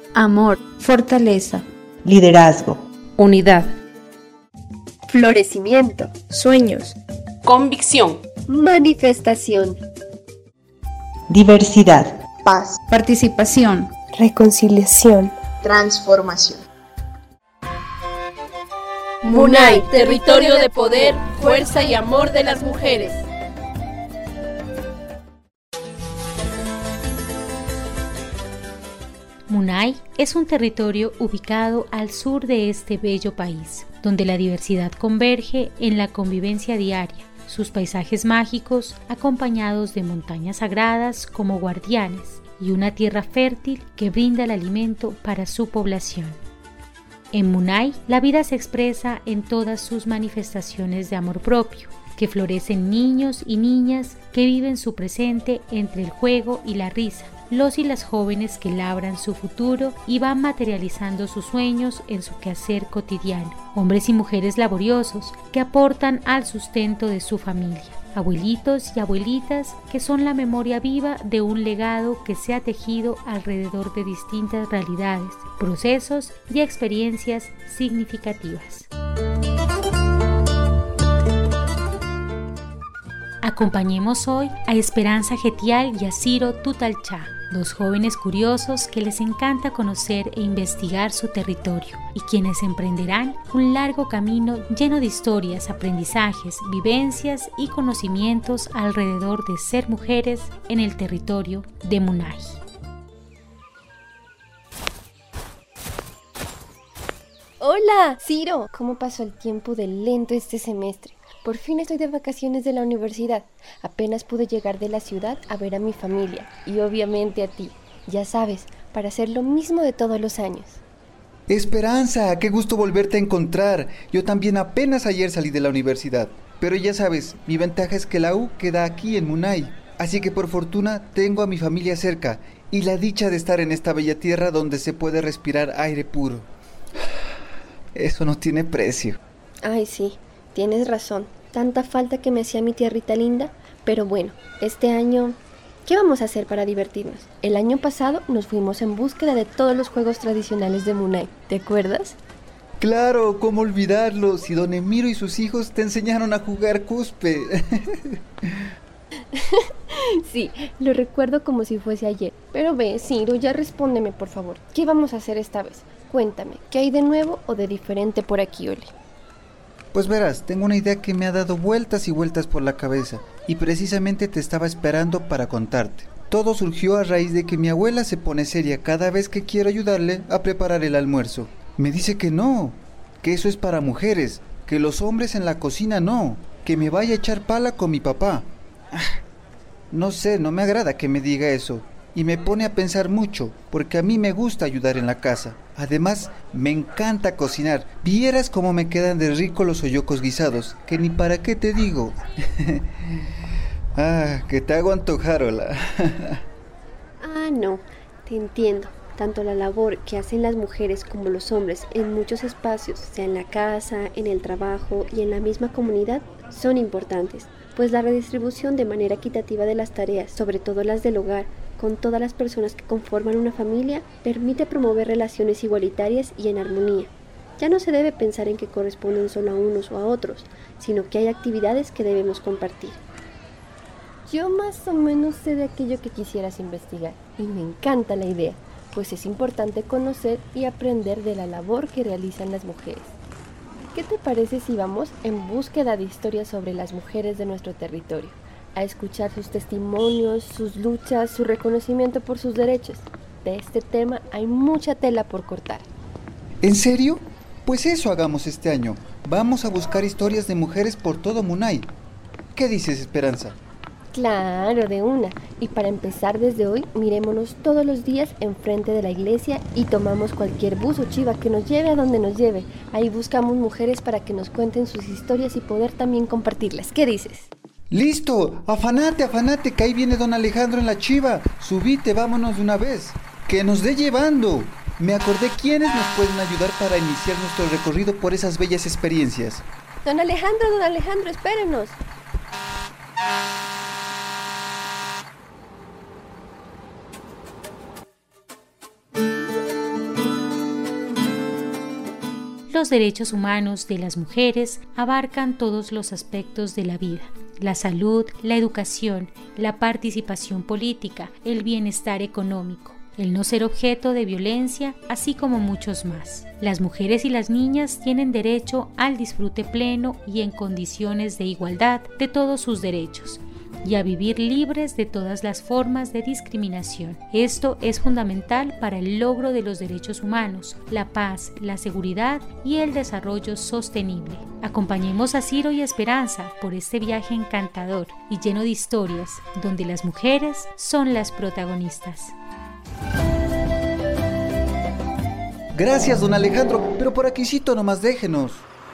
amor, fortaleza, liderazgo, unidad, florecimiento, sueños, convicción, manifestación, diversidad, paz, participación, reconciliación, transformación. MUNAI, territorio de poder, fuerza y amor de las mujeres. MUNAI es un territorio ubicado al sur de este bello país, donde la diversidad converge en la convivencia diaria, sus paisajes mágicos acompañados de montañas sagradas como guardianes y una tierra fértil que brinda el alimento para su población. En MUNAI, la vida se expresa en todas sus manifestaciones de amor propio, que florecen niños y niñas que viven su presente entre el juego y la risa, los y las jóvenes que labran su futuro y van materializando sus sueños en su quehacer cotidiano, hombres y mujeres laboriosos que aportan al sustento de su familia, abuelitos y abuelitas que son la memoria viva de un legado que se ha tejido alrededor de distintas realidades, procesos y experiencias significativas. Acompañemos hoy a Esperanza Getial y a Ciro Tutalchá, dos jóvenes curiosos que les encanta conocer e investigar su territorio y quienes emprenderán un largo camino lleno de historias, aprendizajes, vivencias y conocimientos alrededor de ser mujeres en el territorio de MUNAI. Hola, Ciro. ¿Cómo pasó el tiempo de lento este semestre? Por fin estoy de vacaciones de la universidad. Apenas pude llegar de la ciudad a ver a mi familia y obviamente a ti. Ya sabes, para hacer lo mismo de todos los años. Esperanza, qué gusto volverte a encontrar. Yo también apenas ayer salí de la universidad. Pero ya sabes, mi ventaja es que la U queda aquí en MUNAI. Así que por fortuna tengo a mi familia cerca y la dicha de estar en esta bella tierra donde se puede respirar aire puro. Eso no tiene precio. Ay, sí. Tienes razón, tanta falta que me hacía mi tierrita linda, pero bueno, este año, ¿qué vamos a hacer para divertirnos? El año pasado nos fuimos en búsqueda de todos los juegos tradicionales de MUNAI, ¿te acuerdas? Claro, ¿cómo olvidarlo? Si don Emiro y sus hijos te enseñaron a jugar cuspe. Sí, lo recuerdo como si fuese ayer, pero ve, Ciro, ya respóndeme por favor, ¿qué vamos a hacer esta vez? Cuéntame, ¿qué hay de nuevo o de diferente por aquí, Oli? Pues verás, tengo una idea que me ha dado vueltas y vueltas por la cabeza y precisamente te estaba esperando para contarte. Todo surgió a raíz de que mi abuela se pone seria cada vez que quiero ayudarle a preparar el almuerzo. Me dice que no, que eso es para mujeres, que los hombres en la cocina no, que me vaya a echar pala con mi papá. No sé, no me agrada que me diga eso. Y me pone a pensar mucho, porque a mí me gusta ayudar en la casa. Además, me encanta cocinar. Vieras cómo me quedan de rico los oyocos guisados, que ni para qué te digo. Que te hago antojar, hola. No, te entiendo. Tanto la labor que hacen las mujeres como los hombres en muchos espacios, sea en la casa, en el trabajo y en la misma comunidad, son importantes, pues la redistribución de manera equitativa de las tareas, sobre todo las del hogar, con todas las personas que conforman una familia, permite promover relaciones igualitarias y en armonía. Ya no se debe pensar en que corresponden solo a unos o a otros, sino que hay actividades que debemos compartir. Yo más o menos sé de aquello que quisieras investigar, y me encanta la idea, pues es importante conocer y aprender de la labor que realizan las mujeres. ¿Qué te parece si vamos en búsqueda de historias sobre las mujeres de nuestro territorio? A escuchar sus testimonios, sus luchas, su reconocimiento por sus derechos. De este tema hay mucha tela por cortar. ¿En serio? Pues eso hagamos este año. Vamos a buscar historias de mujeres por todo MUNAI. ¿Qué dices, Esperanza? Claro, de una. Y para empezar desde hoy, mirémonos todos los días enfrente de la iglesia y tomamos cualquier bus o chiva que nos lleve a donde nos lleve. Ahí buscamos mujeres para que nos cuenten sus historias y poder también compartirlas. ¿Qué dices? ¡Listo! ¡Afanate, que ahí viene don Alejandro en la chiva! ¡Subite, vámonos de una vez! ¡Que nos dé llevando! Me acordé quiénes nos pueden ayudar para iniciar nuestro recorrido por esas bellas experiencias. Don Alejandro, espérenos. Los derechos humanos de las mujeres abarcan todos los aspectos de la vida: la salud, la educación, la participación política, el bienestar económico, el no ser objeto de violencia, así como muchos más. Las mujeres y las niñas tienen derecho al disfrute pleno y en condiciones de igualdad de todos sus derechos, y a vivir libres de todas las formas de discriminación. Esto es fundamental para el logro de los derechos humanos, la paz, la seguridad y el desarrollo sostenible. Acompañemos a Ciro y Esperanza por este viaje encantador y lleno de historias, donde las mujeres son las protagonistas. Gracias, don Alejandro, pero por aquícito nomás déjenos.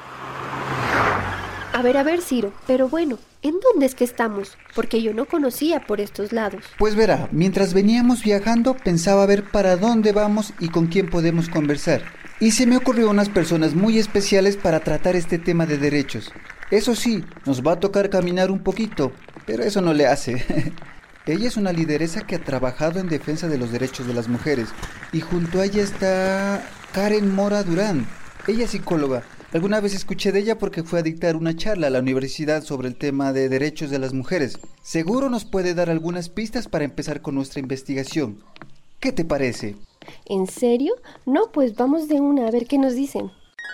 A ver, Ciro, pero bueno, ¿en dónde es que estamos? Porque yo no conocía por estos lados. Pues verá, mientras veníamos viajando pensaba ver para dónde vamos y con quién podemos conversar. Y se me ocurrió unas personas muy especiales para tratar este tema de derechos. Eso sí, nos va a tocar caminar un poquito, pero eso no le hace. Ella es una lideresa que ha trabajado en defensa de los derechos de las mujeres. Y junto a ella está Karen Mora Durán. Ella es psicóloga. Alguna vez escuché de ella porque fue a dictar una charla a la universidad sobre el tema de derechos de las mujeres. Seguro nos puede dar algunas pistas para empezar con nuestra investigación. ¿Qué te parece? ¿En serio? No, pues vamos de una a ver qué nos dicen.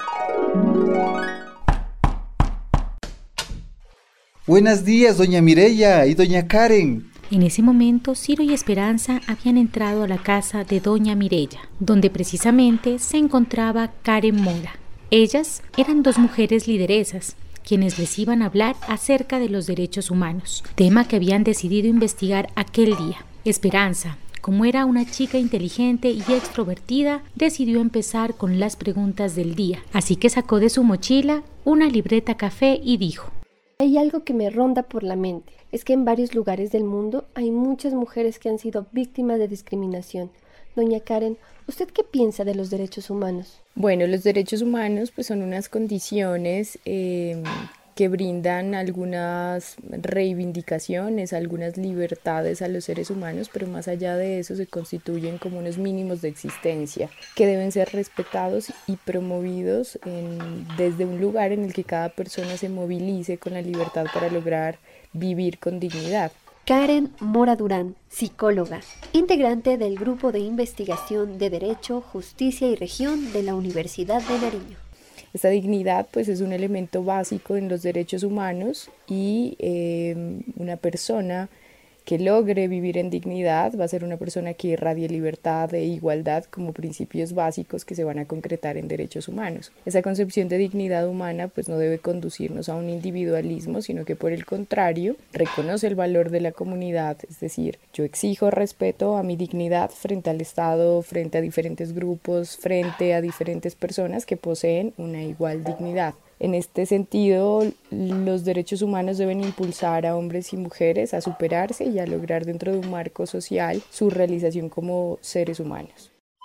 Buenos días, doña Mireya y doña Karen. En ese momento, Ciro y Esperanza habían entrado a la casa de doña Mireya, donde precisamente se encontraba Karen Mora. Ellas eran dos mujeres lideresas, quienes les iban a hablar acerca de los derechos humanos, tema que habían decidido investigar aquel día. Esperanza, como era una chica inteligente y extrovertida, decidió empezar con las preguntas del día, así que sacó de su mochila una libreta café y dijo: Hay algo que me ronda por la mente, es que en varios lugares del mundo hay muchas mujeres que han sido víctimas de discriminación. Doña Karen, ¿usted qué piensa de los derechos humanos? Bueno, los derechos humanos pues son unas condiciones que brindan algunas reivindicaciones, algunas libertades a los seres humanos, pero más allá de eso se constituyen como unos mínimos de existencia que deben ser respetados y promovidos desde un lugar en el que cada persona se movilice con la libertad para lograr vivir con dignidad. Karen Mora Durán, psicóloga, integrante del Grupo de Investigación de Derecho, Justicia y Región de la Universidad de Nariño. Esta dignidad pues es un elemento básico en los derechos humanos y una persona que logre vivir en dignidad va a ser una persona que irradie libertad e igualdad como principios básicos que se van a concretar en derechos humanos. Esa concepción de dignidad humana pues no debe conducirnos a un individualismo, sino que por el contrario reconoce el valor de la comunidad, es decir, yo exijo respeto a mi dignidad frente al Estado, frente a diferentes grupos, frente a diferentes personas que poseen una igual dignidad. En este sentido, los derechos humanos deben impulsar a hombres y mujeres a superarse y a lograr dentro de un marco social su realización como seres humanos.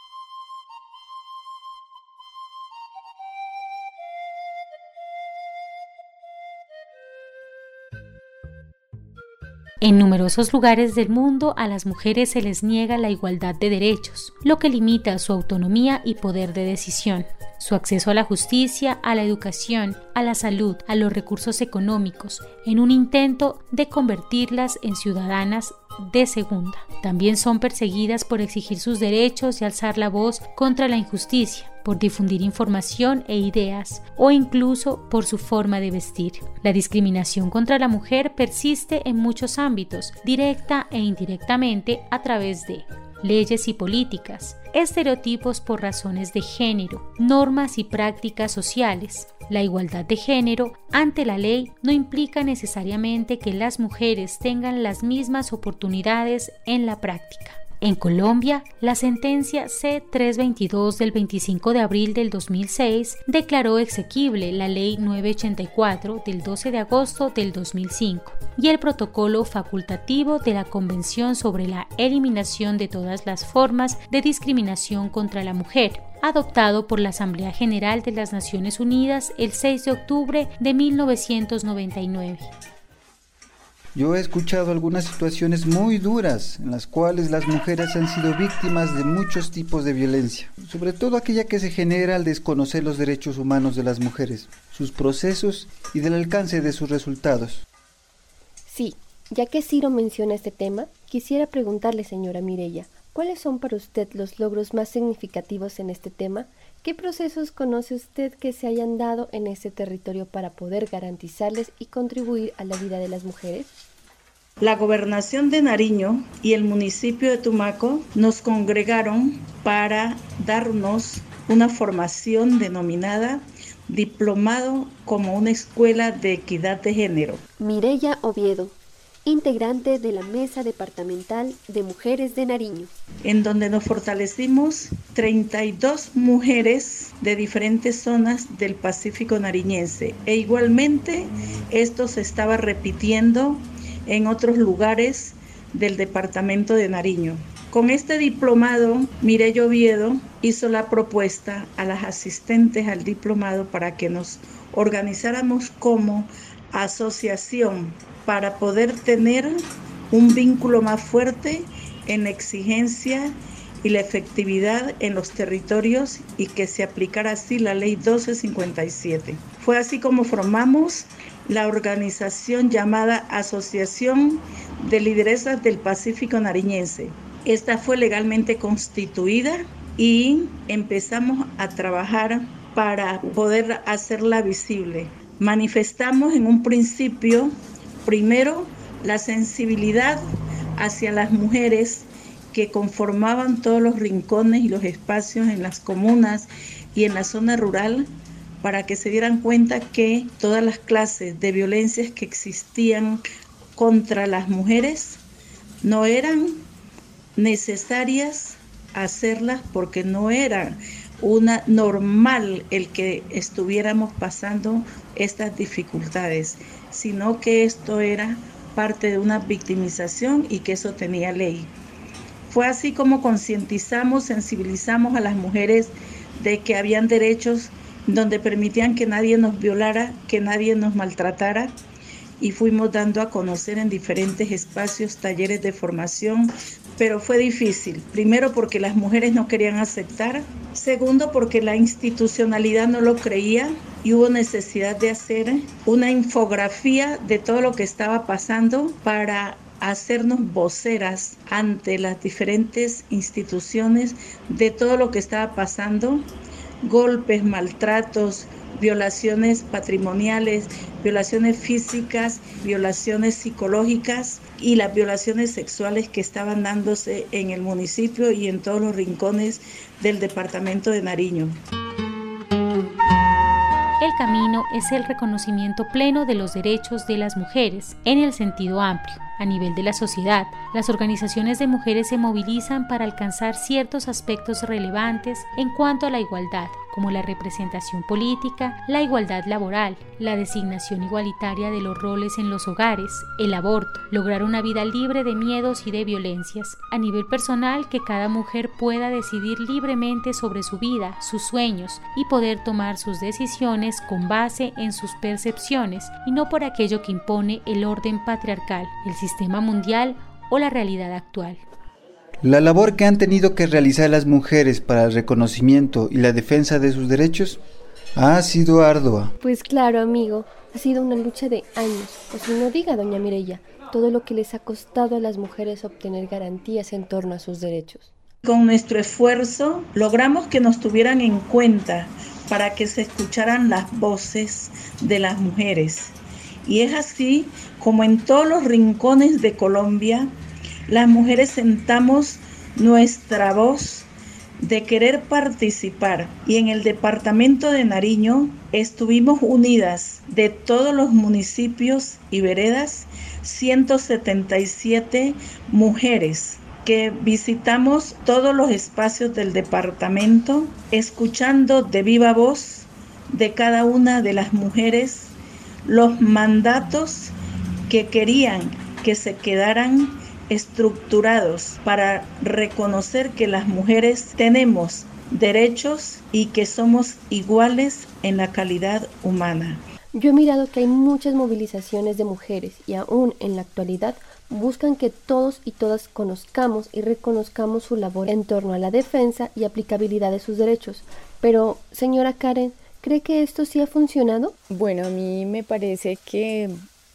En numerosos lugares del mundo a las mujeres se les niega la igualdad de derechos, lo que limita su autonomía y poder de decisión, su acceso a la justicia, a la educación, a la salud, a los recursos económicos, en un intento de convertirlas en ciudadanas de segunda. También son perseguidas por exigir sus derechos y alzar la voz contra la injusticia, por difundir información e ideas, o incluso por su forma de vestir. La discriminación contra la mujer persiste en muchos ámbitos, directa e indirectamente a través de leyes y políticas, estereotipos por razones de género, normas y prácticas sociales. La igualdad de género ante la ley no implica necesariamente que las mujeres tengan las mismas oportunidades en la práctica. En Colombia, la sentencia C-322 del 25 de abril del 2006 declaró exequible la Ley 984 del 12 de agosto del 2005 y el protocolo facultativo de la Convención sobre la Eliminación de todas las formas de discriminación contra la mujer, adoptado por la Asamblea General de las Naciones Unidas el 6 de octubre de 1999. Yo he escuchado algunas situaciones muy duras en las cuales las mujeres han sido víctimas de muchos tipos de violencia, sobre todo aquella que se genera al desconocer los derechos humanos de las mujeres, sus procesos y del alcance de sus resultados. Sí, ya que Ciro menciona este tema, quisiera preguntarle, señora Mireya, ¿cuáles son para usted los logros más significativos en este tema? ¿Qué procesos conoce usted que se hayan dado en este territorio para poder garantizarles y contribuir a la vida de las mujeres? La Gobernación de Nariño y el municipio de Tumaco nos congregaron para darnos una formación denominada Diplomado como una escuela de equidad de género. Mireya Oviedo, integrante de la Mesa Departamental de Mujeres de Nariño, en donde nos fortalecimos 32 mujeres de diferentes zonas del Pacífico nariñense, e igualmente esto se estaba repitiendo en otros lugares del departamento de Nariño. Con este diplomado, Mireya Oviedo hizo la propuesta a las asistentes al diplomado para que nos organizáramos como asociación para poder tener un vínculo más fuerte en la exigencia y la efectividad en los territorios y que se aplicara así la ley 1257. Fue así como formamos la organización llamada Asociación de Lideresas del Pacífico Nariñense. Esta fue legalmente constituida y empezamos a trabajar para poder hacerla visible. Manifestamos en un principio, primero, la sensibilidad hacia las mujeres que conformaban todos los rincones y los espacios en las comunas y en la zona rural, para que se dieran cuenta que todas las clases de violencias que existían contra las mujeres no eran necesarias hacerlas, porque no era normal el que estuviéramos pasando estas dificultades, sino que esto era parte de una victimización y que eso tenía ley. Fue así como concientizamos, sensibilizamos a las mujeres de que habían derechos donde permitían que nadie nos violara, que nadie nos maltratara, y fuimos dando a conocer en diferentes espacios, talleres de formación, pero fue difícil. Primero porque las mujeres no querían aceptar, segundo porque la institucionalidad no lo creía y hubo necesidad de hacer una infografía de todo lo que estaba pasando para hacernos voceras ante las diferentes instituciones de todo lo que estaba pasando: golpes, maltratos, violaciones patrimoniales, violaciones físicas, violaciones psicológicas y las violaciones sexuales que estaban dándose en el municipio y en todos los rincones del departamento de Nariño. El camino es el reconocimiento pleno de los derechos de las mujeres en el sentido amplio. A nivel de la sociedad, las organizaciones de mujeres se movilizan para alcanzar ciertos aspectos relevantes en cuanto a la igualdad, como la representación política, la igualdad laboral, la designación igualitaria de los roles en los hogares, el aborto, lograr una vida libre de miedos y de violencias. A nivel personal, que cada mujer pueda decidir libremente sobre su vida, sus sueños y poder tomar sus decisiones con base en sus percepciones y no por aquello que impone el orden patriarcal, el sistema mundial o la realidad actual. La labor que han tenido que realizar las mujeres para el reconocimiento y la defensa de sus derechos ha sido ardua. Pues claro, amigo, ha sido una lucha de años, o si no diga doña Mireya, todo lo que les ha costado a las mujeres obtener garantías en torno a sus derechos. Con nuestro esfuerzo logramos que nos tuvieran en cuenta para que se escucharan las voces de las mujeres. Y es así como en todos los rincones de Colombia, las mujeres sentamos nuestra voz de querer participar, y en el departamento de Nariño estuvimos unidas de todos los municipios y veredas, 177 mujeres que visitamos todos los espacios del departamento, escuchando de viva voz de cada una de las mujeres los mandatos que querían que se quedaran estructurados para reconocer que las mujeres tenemos derechos y que somos iguales en la calidad humana. Yo he mirado que hay muchas movilizaciones de mujeres y aún en la actualidad buscan que todos y todas conozcamos y reconozcamos su labor en torno a la defensa y aplicabilidad de sus derechos. Pero, señora Karen, ¿cree que esto sí ha funcionado? Bueno, a mí me parece que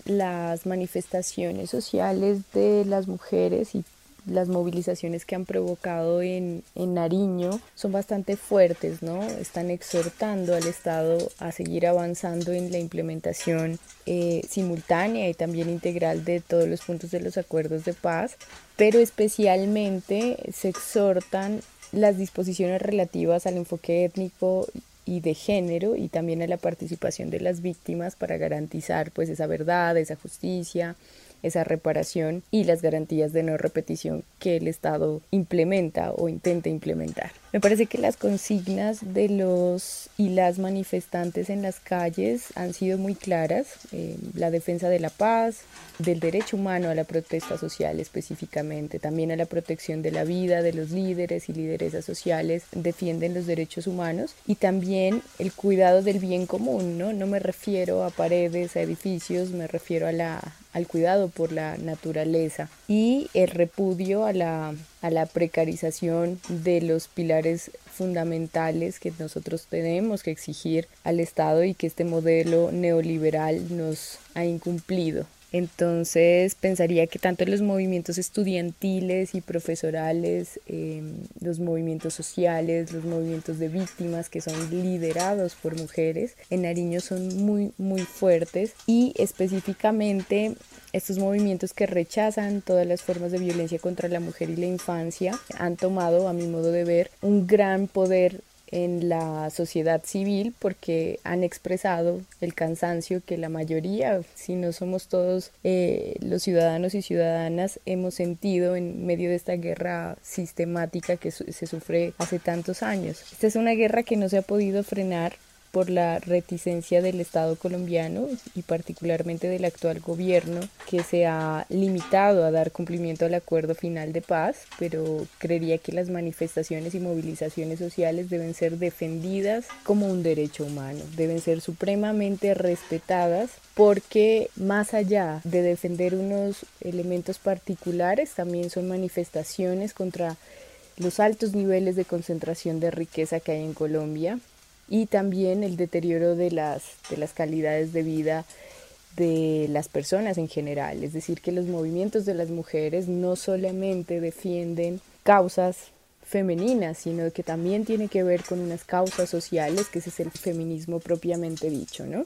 las manifestaciones sociales de las mujeres y las movilizaciones que han provocado en Nariño son bastante fuertes, ¿no? Están exhortando al Estado a seguir avanzando en la implementación simultánea y también integral de todos los puntos de los acuerdos de paz, pero especialmente se exhortan las disposiciones relativas al enfoque étnico y de género y también a la participación de las víctimas para garantizar pues esa verdad, esa justicia, esa reparación y las garantías de no repetición que el Estado implementa o intenta implementar. Me parece que las consignas de los y las manifestantes en las calles han sido muy claras, la defensa de la paz, del derecho humano a la protesta social específicamente, también a la protección de la vida de los líderes y lideresas sociales, defienden los derechos humanos y también el cuidado del bien común, ¿no? No me refiero a paredes, a edificios, me refiero al cuidado por la naturaleza y el repudio a la precarización de los pilares fundamentales que nosotros tenemos que exigir al Estado y que este modelo neoliberal nos ha incumplido. Entonces pensaría que tanto los movimientos estudiantiles y profesorales, los movimientos sociales, los movimientos de víctimas que son liderados por mujeres en Nariño son muy, muy fuertes y específicamente estos movimientos que rechazan todas las formas de violencia contra la mujer y la infancia han tomado, a mi modo de ver, un gran poder en la sociedad civil porque han expresado el cansancio que la mayoría, si no somos todos los ciudadanos y ciudadanas, hemos sentido en medio de esta guerra sistemática que se sufre hace tantos años. Esta es una guerra que no se ha podido frenar por la reticencia del Estado colombiano y particularmente del actual gobierno, que se ha limitado a dar cumplimiento al acuerdo final de paz, pero creería que las manifestaciones y movilizaciones sociales deben ser defendidas como un derecho humano, deben ser supremamente respetadas porque más allá de defender unos elementos particulares, también son manifestaciones contra los altos niveles de concentración de riqueza que hay en Colombia, y también el deterioro de las calidades de vida de las personas en general. Es decir, que los movimientos de las mujeres no solamente defienden causas femeninas, sino que también tiene que ver con unas causas sociales, que ese es el feminismo propiamente dicho, ¿no?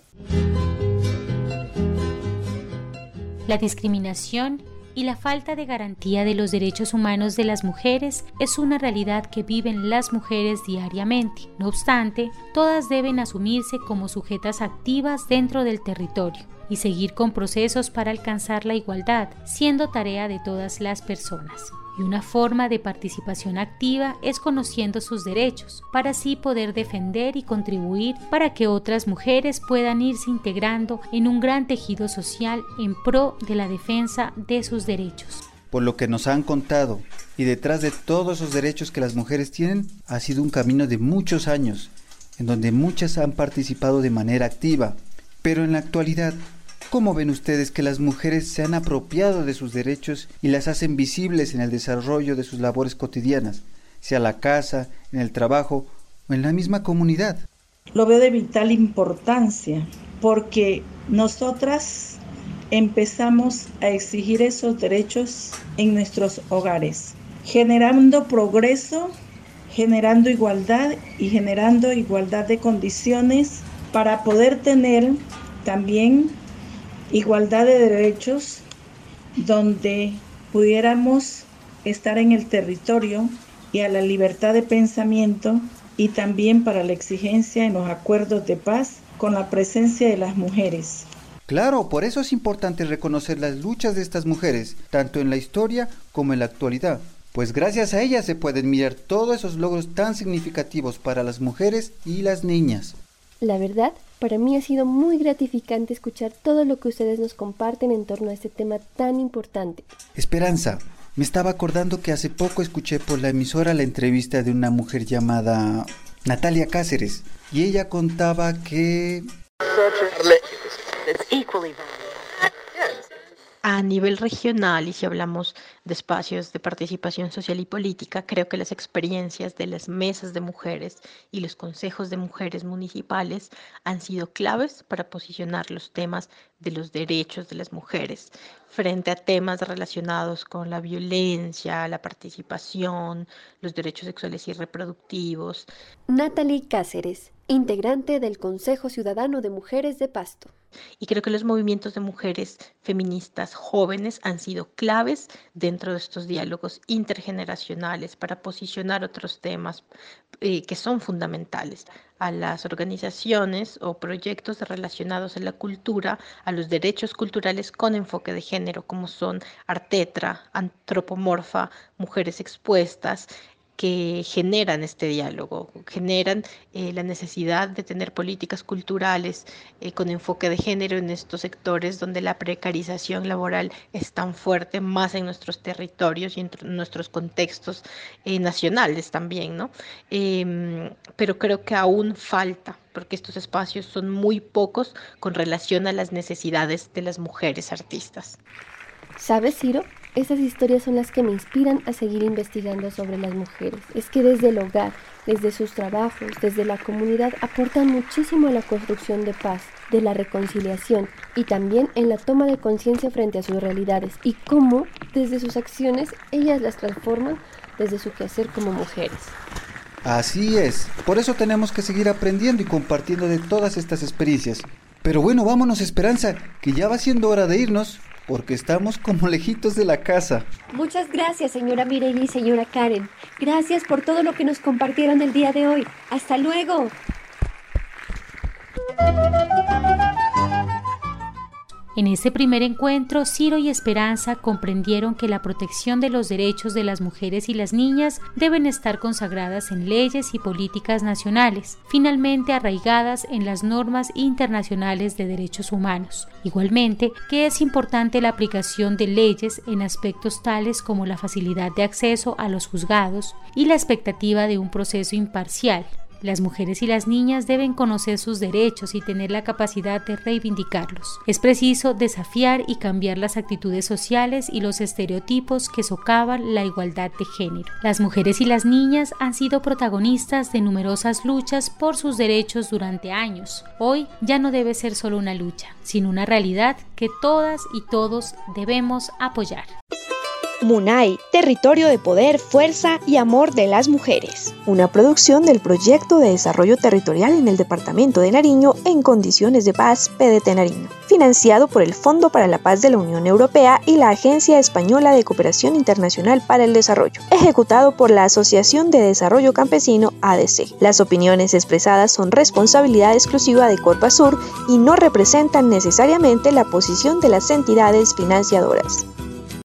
La discriminación y la falta de garantía de los derechos humanos de las mujeres es una realidad que viven las mujeres diariamente. No obstante, todas deben asumirse como sujetas activas dentro del territorio y seguir con procesos para alcanzar la igualdad, siendo tarea de todas las personas. Y una forma de participación activa es conociendo sus derechos, para así poder defender y contribuir para que otras mujeres puedan irse integrando en un gran tejido social en pro de la defensa de sus derechos. Por lo que nos han contado, y detrás de todos esos derechos que las mujeres tienen, ha sido un camino de muchos años, en donde muchas han participado de manera activa. Pero en la actualidad, ¿cómo ven ustedes que las mujeres se han apropiado de sus derechos y las hacen visibles en el desarrollo de sus labores cotidianas, sea la casa, en el trabajo o en la misma comunidad? Lo veo de vital importancia porque nosotras empezamos a exigir esos derechos en nuestros hogares, generando progreso, generando igualdad y generando igualdad de condiciones para poder tener también igualdad de derechos donde pudiéramos estar en el territorio y a la libertad de pensamiento y también para la exigencia en los acuerdos de paz con la presencia de las mujeres. Claro, por eso es importante reconocer las luchas de estas mujeres, tanto en la historia como en la actualidad, pues gracias a ellas se pueden mirar todos esos logros tan significativos para las mujeres y las niñas. La verdad, para mí ha sido muy gratificante escuchar todo lo que ustedes nos comparten en torno a este tema tan importante. Esperanza, me estaba acordando que hace poco escuché por la emisora la entrevista de una mujer llamada Natalia Cáceres, y ella contaba que A nivel regional, y si hablamos de espacios de participación social y política, creo que las experiencias de las mesas de mujeres y los consejos de mujeres municipales han sido claves para posicionar los temas de los derechos de las mujeres frente a temas relacionados con la violencia, la participación, los derechos sexuales y reproductivos. Natalie Cáceres, integrante del Consejo Ciudadano de Mujeres de Pasto. Y creo que los movimientos de mujeres feministas jóvenes han sido claves dentro de estos diálogos intergeneracionales para posicionar otros temas que son fundamentales a las organizaciones o proyectos relacionados a la cultura, a los derechos culturales con enfoque de género, como son Artetra, Antropomorfa, Mujeres Expuestas, que generan este diálogo, generan la necesidad de tener políticas culturales con enfoque de género en estos sectores donde la precarización laboral es tan fuerte, más en nuestros territorios y en nuestros contextos nacionales también, ¿no? Pero creo que aún falta, porque estos espacios son muy pocos con relación a las necesidades de las mujeres artistas. ¿Sabes, Ciro? Esas historias son las que me inspiran a seguir investigando sobre las mujeres. Es que desde el hogar, desde sus trabajos, desde la comunidad, aportan muchísimo a la construcción de paz, de la reconciliación y también en la toma de conciencia frente a sus realidades y cómo, desde sus acciones, ellas las transforman desde su quehacer como mujeres. Así es, por eso tenemos que seguir aprendiendo y compartiendo de todas estas experiencias. Pero bueno, vámonos, Esperanza, que ya va siendo hora de irnos, porque estamos como lejitos de la casa. Muchas gracias, señora Mireille y señora Karen. Gracias por todo lo que nos compartieron el día de hoy. ¡Hasta luego! En este primer encuentro, Ciro y Esperanza comprendieron que la protección de los derechos de las mujeres y las niñas deben estar consagradas en leyes y políticas nacionales, finalmente arraigadas en las normas internacionales de derechos humanos. Igualmente, que es importante la aplicación de leyes en aspectos tales como la facilidad de acceso a los juzgados y la expectativa de un proceso imparcial. Las mujeres y las niñas deben conocer sus derechos y tener la capacidad de reivindicarlos. Es preciso desafiar y cambiar las actitudes sociales y los estereotipos que socavan la igualdad de género. Las mujeres y las niñas han sido protagonistas de numerosas luchas por sus derechos durante años. Hoy ya no debe ser solo una lucha, sino una realidad que todas y todos debemos apoyar. MUNAI, Territorio de Poder, Fuerza y Amor de las Mujeres. Una producción del Proyecto de Desarrollo Territorial en el Departamento de Nariño en Condiciones de Paz, PDT Nariño. Financiado por el Fondo para la Paz de la Unión Europea y la Agencia Española de Cooperación Internacional para el Desarrollo. Ejecutado por la Asociación de Desarrollo Campesino, ADC. Las opiniones expresadas son responsabilidad exclusiva de Corpasur y no representan necesariamente la posición de las entidades financiadoras.